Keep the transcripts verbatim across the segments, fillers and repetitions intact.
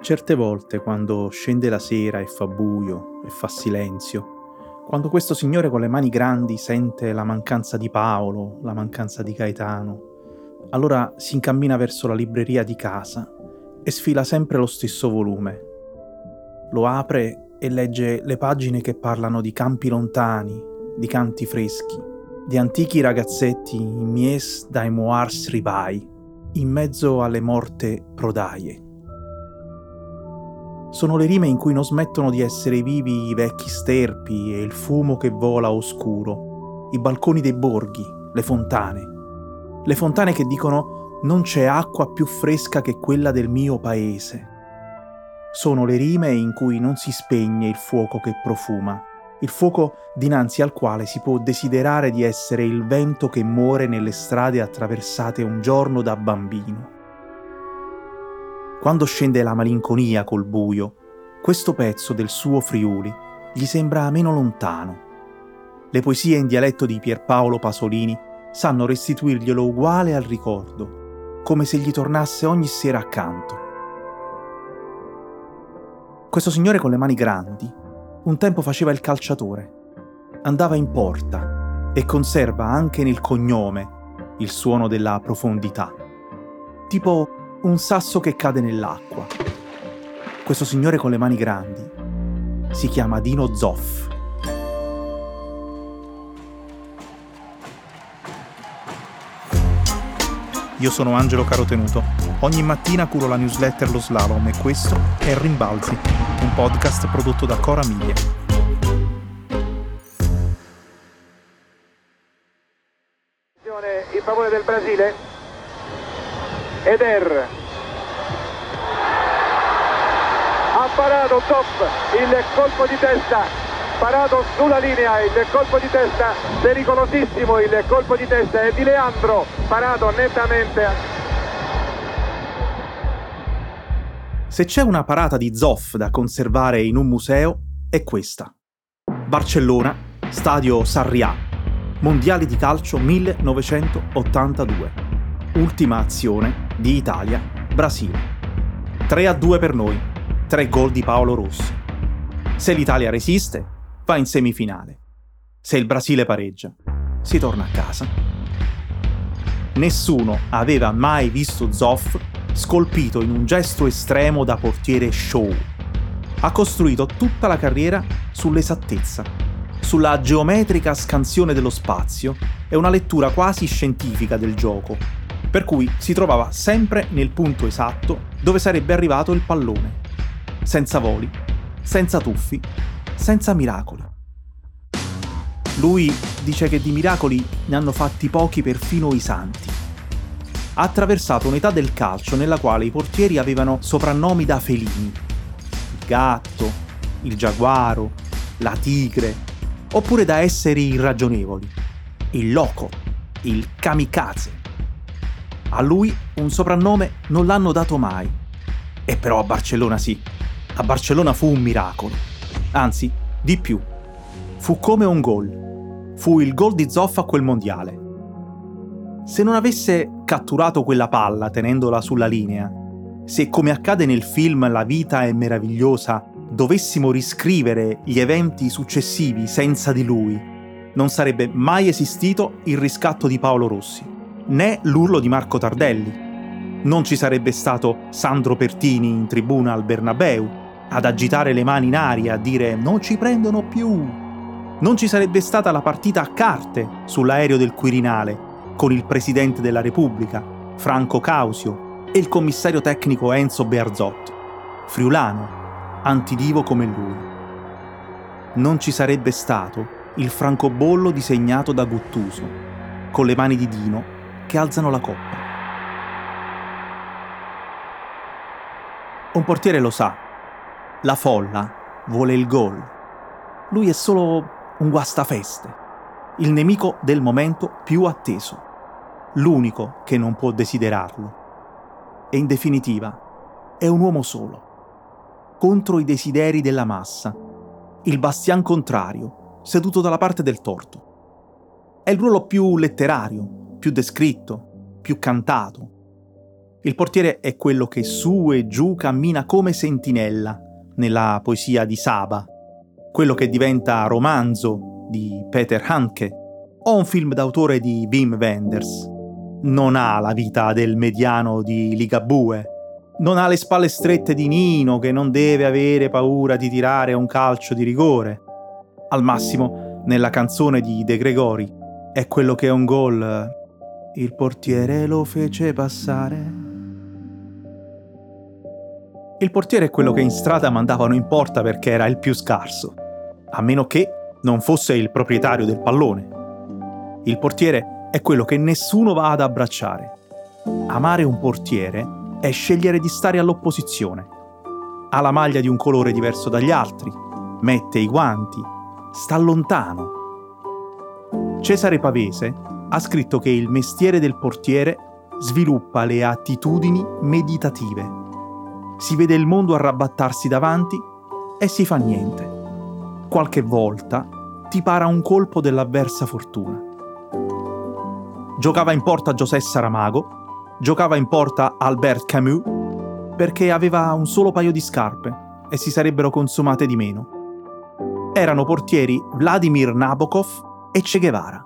Certe volte, quando scende la sera e fa buio e fa silenzio, quando questo signore con le mani grandi sente la mancanza di Paolo, la mancanza di Gaetano, allora si incammina verso la libreria di casa e sfila sempre lo stesso volume. Lo apre e legge le pagine che parlano di campi lontani, di canti freschi, di antichi ragazzetti in mies dai moars rivai, in mezzo alle morte prodaie. Sono le rime in cui non smettono di essere vivi i vecchi sterpi e il fumo che vola oscuro, i balconi dei borghi, le fontane. Le fontane che dicono non c'è acqua più fresca che quella del mio paese. Sono le rime in cui non si spegne il fuoco che profuma, il fuoco dinanzi al quale si può desiderare di essere il vento che muore nelle strade attraversate un giorno da bambino. Quando scende la malinconia col buio, questo pezzo del suo Friuli gli sembra meno lontano. Le poesie in dialetto di Pierpaolo Pasolini sanno restituirglielo uguale al ricordo, come se gli tornasse ogni sera accanto. Questo signore con le mani grandi un tempo faceva il calciatore, andava in porta e conserva anche nel cognome il suono della profondità, tipo un sasso che cade nell'acqua. Questo signore con le mani grandi si chiama Dino Zoff. Io sono Angelo Carotenuto. Ogni mattina curo la newsletter Lo Slalom e questo è Rimbalzi, un podcast prodotto da Cora Media. In favore del Brasile. Eder ha parato Zoff, il colpo di testa, parato sulla linea, il colpo di testa pericolosissimo, il colpo di testa è di Leandro, parato nettamente. Se c'è una parata di Zoff da conservare in un museo, è questa. Barcellona, stadio Sarrià, Mondiali di calcio millenovecentottantadue. Ultima azione di Italia-Brasile. tre a due per noi, tre gol di Paolo Rossi. Se l'Italia resiste, va in semifinale. Se il Brasile pareggia, si torna a casa. Nessuno aveva mai visto Zoff scolpito in un gesto estremo da portiere show. Ha costruito tutta la carriera sull'esattezza, sulla geometrica scansione dello spazio e una lettura quasi scientifica del gioco, per cui si trovava sempre nel punto esatto dove sarebbe arrivato il pallone, senza voli, senza tuffi, senza miracoli. Lui dice che di miracoli ne hanno fatti pochi perfino i santi. Ha attraversato un'età del calcio nella quale i portieri avevano soprannomi da felini: il gatto, il giaguaro, la tigre, oppure da esseri irragionevoli: il loco, il kamikaze. A lui un soprannome non l'hanno dato mai. E però a Barcellona sì. A Barcellona fu un miracolo. Anzi, di più. Fu come un gol. Fu il gol di Zoff a quel mondiale. Se non avesse catturato quella palla tenendola sulla linea, se come accade nel film La vita è meravigliosa dovessimo riscrivere gli eventi successivi senza di lui, non sarebbe mai esistito il riscatto di Paolo Rossi, né l'urlo di Marco Tardelli. Non ci sarebbe stato Sandro Pertini in tribuna al Bernabeu ad agitare le mani in aria, a dire «non ci prendono più». Non ci sarebbe stata la partita a carte sull'aereo del Quirinale con il Presidente della Repubblica, Franco Causio, e il commissario tecnico Enzo Bearzot, friulano, antidivo come lui. Non ci sarebbe stato il francobollo disegnato da Guttuso, con le mani di Dino che alzano la coppa. Un portiere lo sa, la folla vuole il gol. Lui è solo un guastafeste, il nemico del momento più atteso, l'unico che non può desiderarlo. E in definitiva è un uomo solo, contro i desideri della massa, il bastian contrario, seduto dalla parte del torto. È il ruolo più letterario, più descritto, più cantato. Il portiere è quello che su e giù cammina come sentinella nella poesia di Saba, quello che diventa romanzo di Peter Handke o un film d'autore di Wim Wenders. Non ha la vita del mediano di Ligabue, non ha le spalle strette di Nino che non deve avere paura di tirare un calcio di rigore. Al massimo, nella canzone di De Gregori, è quello che è un gol. Il portiere lo fece passare. Il portiere è quello che in strada mandavano in porta perché era il più scarso, a meno che non fosse il proprietario del pallone. Il portiere è quello che nessuno va ad abbracciare. Amare un portiere è scegliere di stare all'opposizione. Ha la maglia di un colore diverso dagli altri, mette i guanti, sta lontano. Cesare Pavese ha scritto che il mestiere del portiere sviluppa le attitudini meditative. Si vede il mondo arrabattarsi davanti e si fa niente. Qualche volta ti para un colpo dell'avversa fortuna. Giocava in porta José Saramago, giocava in porta Albert Camus, perché aveva un solo paio di scarpe e si sarebbero consumate di meno. Erano portieri Vladimir Nabokov e Che Guevara.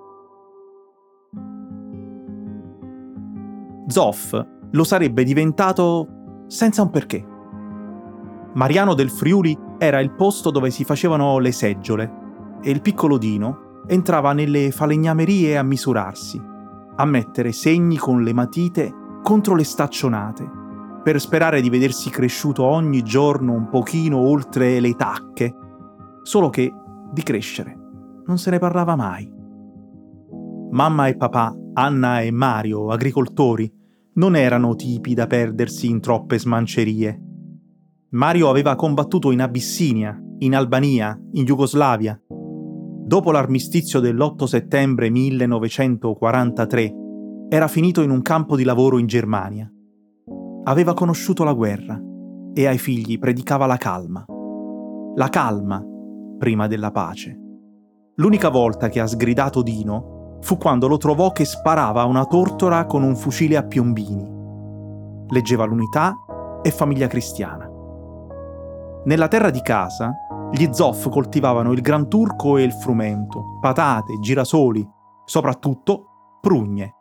Zoff lo sarebbe diventato senza un perché. Mariano del Friuli era il posto dove si facevano le seggiole e il piccolo Dino entrava nelle falegnamerie a misurarsi, a mettere segni con le matite contro le staccionate, per sperare di vedersi cresciuto ogni giorno un pochino oltre le tacche, solo che di crescere non se ne parlava mai. Mamma e papà, Anna e Mario, agricoltori, non erano tipi da perdersi in troppe smancerie. Mario aveva combattuto in Abissinia, in Albania, in Jugoslavia. Dopo l'armistizio dell'otto settembre millenovecentoquarantatré, era finito in un campo di lavoro in Germania. Aveva conosciuto la guerra e ai figli predicava la calma. La calma prima della pace. L'unica volta che ha sgridato Dino fu quando lo trovò che sparava a una tortora con un fucile a piombini. Leggeva l'Unità e Famiglia Cristiana. Nella terra di casa, gli Zoff coltivavano il gran turco e il frumento, patate, girasoli, soprattutto prugne.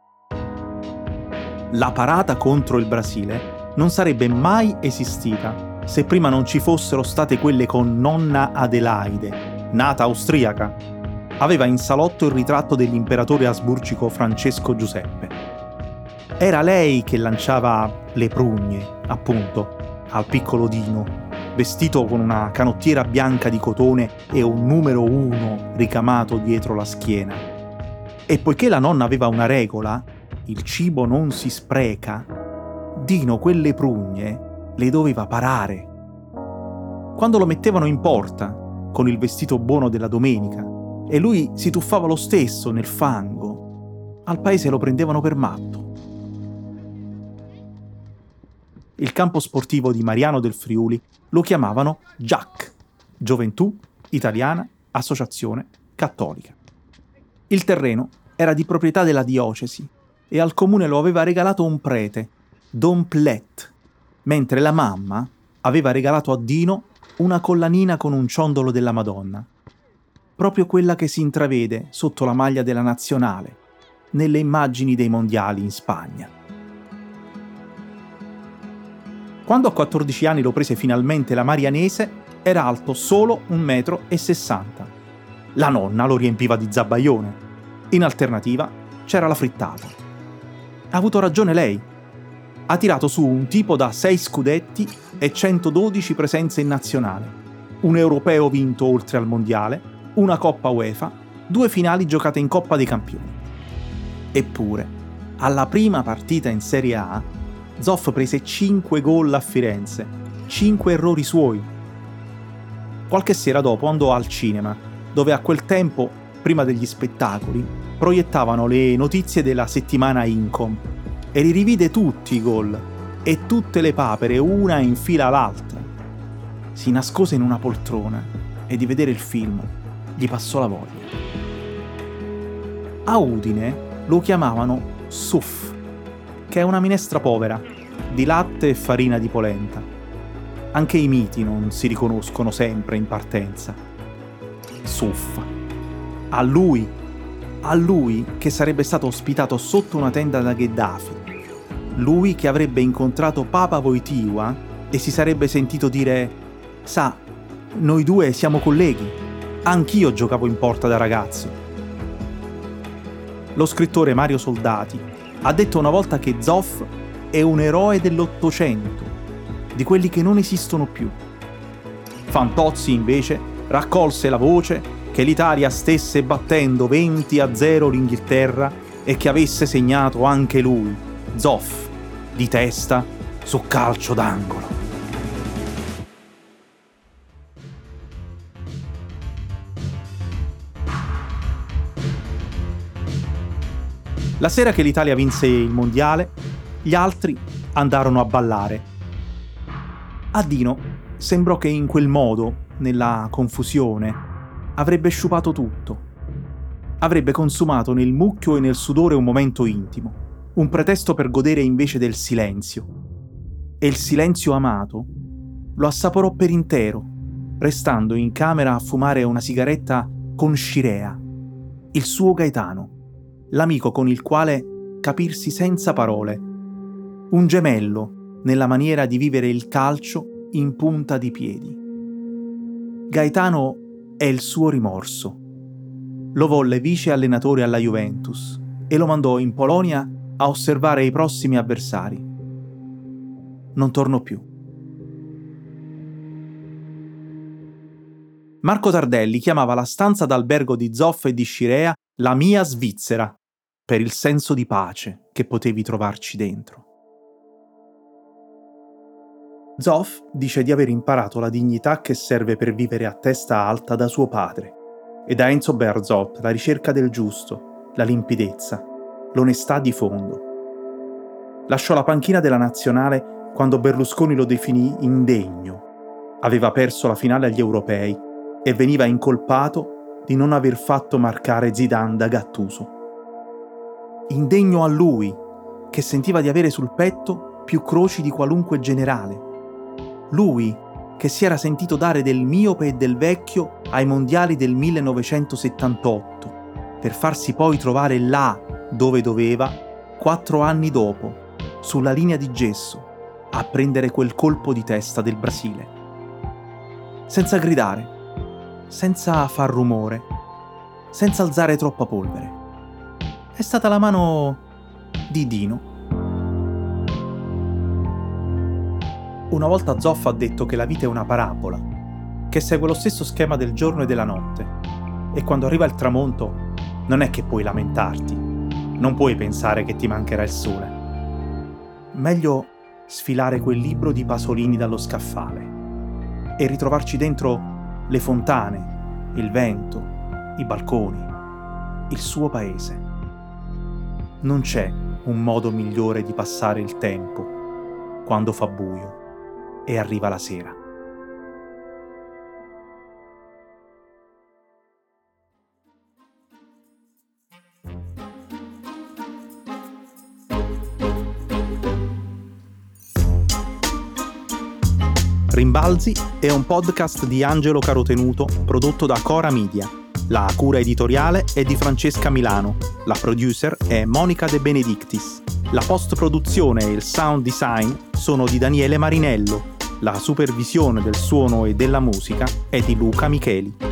La parata contro il Brasile non sarebbe mai esistita se prima non ci fossero state quelle con nonna Adelaide, nata austriaca. Aveva in salotto il ritratto dell'imperatore asburgico Francesco Giuseppe. Era lei che lanciava le prugne, appunto, al piccolo Dino, vestito con una canottiera bianca di cotone e un numero uno ricamato dietro la schiena. E poiché la nonna aveva una regola, il cibo non si spreca, Dino quelle prugne le doveva parare. Quando lo mettevano in porta, con il vestito buono della domenica, e lui si tuffava lo stesso nel fango, al paese lo prendevano per matto. Il campo sportivo di Mariano del Friuli lo chiamavano G A C, Gioventù Italiana Associazione Cattolica. Il terreno era di proprietà della diocesi e al comune lo aveva regalato un prete, Don Plet, mentre la mamma aveva regalato a Dino una collanina con un ciondolo della Madonna, proprio quella che si intravede sotto la maglia della nazionale, nelle immagini dei mondiali in Spagna. Quando a quattordici anni lo prese finalmente la Marianese, era alto solo un metro e sessanta. La nonna lo riempiva di zabaione. In alternativa c'era la frittata. Ha avuto ragione lei. Ha tirato su un tipo da sei scudetti e centododici presenze in nazionale, un europeo vinto oltre al mondiale, una Coppa UEFA, due finali giocate in Coppa dei Campioni. Eppure, alla prima partita in Serie A, Zoff prese cinque gol a Firenze, cinque errori suoi. Qualche sera dopo andò al cinema, dove a quel tempo, prima degli spettacoli, proiettavano le notizie della settimana Incom e li rivide tutti i gol e tutte le papere una in fila all'altra. Si nascose in una poltrona e di vedere il film gli passò la voglia. A Udine lo chiamavano Suff, che è una minestra povera, di latte e farina di polenta. Anche i miti non si riconoscono sempre in partenza. Suffa. A lui, a lui che sarebbe stato ospitato sotto una tenda da Gheddafi. Lui che avrebbe incontrato Papa Wojtyła e si sarebbe sentito dire: «Sa, noi due siamo colleghi. Anch'io giocavo in porta da ragazzo». Lo scrittore Mario Soldati ha detto una volta che Zoff è un eroe dell'Ottocento, di quelli che non esistono più. Fantozzi, invece, raccolse la voce che l'Italia stesse battendo venti a zero l'Inghilterra e che avesse segnato anche lui, Zoff, di testa su calcio d'angolo. La sera che l'Italia vinse il mondiale, gli altri andarono a ballare. A Dino sembrò che in quel modo, nella confusione, avrebbe sciupato tutto. Avrebbe consumato nel mucchio e nel sudore un momento intimo, un pretesto per godere invece del silenzio. E il silenzio amato lo assaporò per intero, restando in camera a fumare una sigaretta con Scirea, il suo Gaetano, l'amico con il quale capirsi senza parole, un gemello nella maniera di vivere il calcio in punta di piedi. Gaetano è il suo rimorso. Lo volle vice allenatore alla Juventus e lo mandò in Polonia a osservare i prossimi avversari. Non tornò più. Marco Tardelli chiamava la stanza d'albergo di Zoff e di Scirea la mia Svizzera, per il senso di pace che potevi trovarci dentro. Zoff dice di aver imparato la dignità che serve per vivere a testa alta da suo padre e da Enzo Bearzot la ricerca del giusto, la limpidezza, l'onestà di fondo. Lasciò la panchina della nazionale quando Berlusconi lo definì indegno. Aveva perso la finale agli europei e veniva incolpato di non aver fatto marcare Zidane da Gattuso. Indegno a lui, che sentiva di avere sul petto più croci di qualunque generale. Lui, che si era sentito dare del miope e del vecchio ai mondiali del millenovecentosettantotto, per farsi poi trovare là dove doveva, quattro anni dopo, sulla linea di gesso, a prendere quel colpo di testa del Brasile. Senza gridare, senza far rumore, senza alzare troppa polvere. È stata la mano di Dino. Una volta Zoff ha detto che la vita è una parabola, che segue lo stesso schema del giorno e della notte, e quando arriva il tramonto non è che puoi lamentarti, non puoi pensare che ti mancherà il sole. Meglio sfilare quel libro di Pasolini dallo scaffale e ritrovarci dentro le fontane, il vento, i balconi, il suo paese. Non c'è un modo migliore di passare il tempo quando fa buio e arriva la sera. Rimbalzi è un podcast di Angelo Carotenuto prodotto da Cora Media. La cura editoriale è di Francesca Milano, la producer è Monica De Benedictis, la post-produzione e il sound design sono di Daniele Marinello, la supervisione del suono e della musica è di Luca Micheli.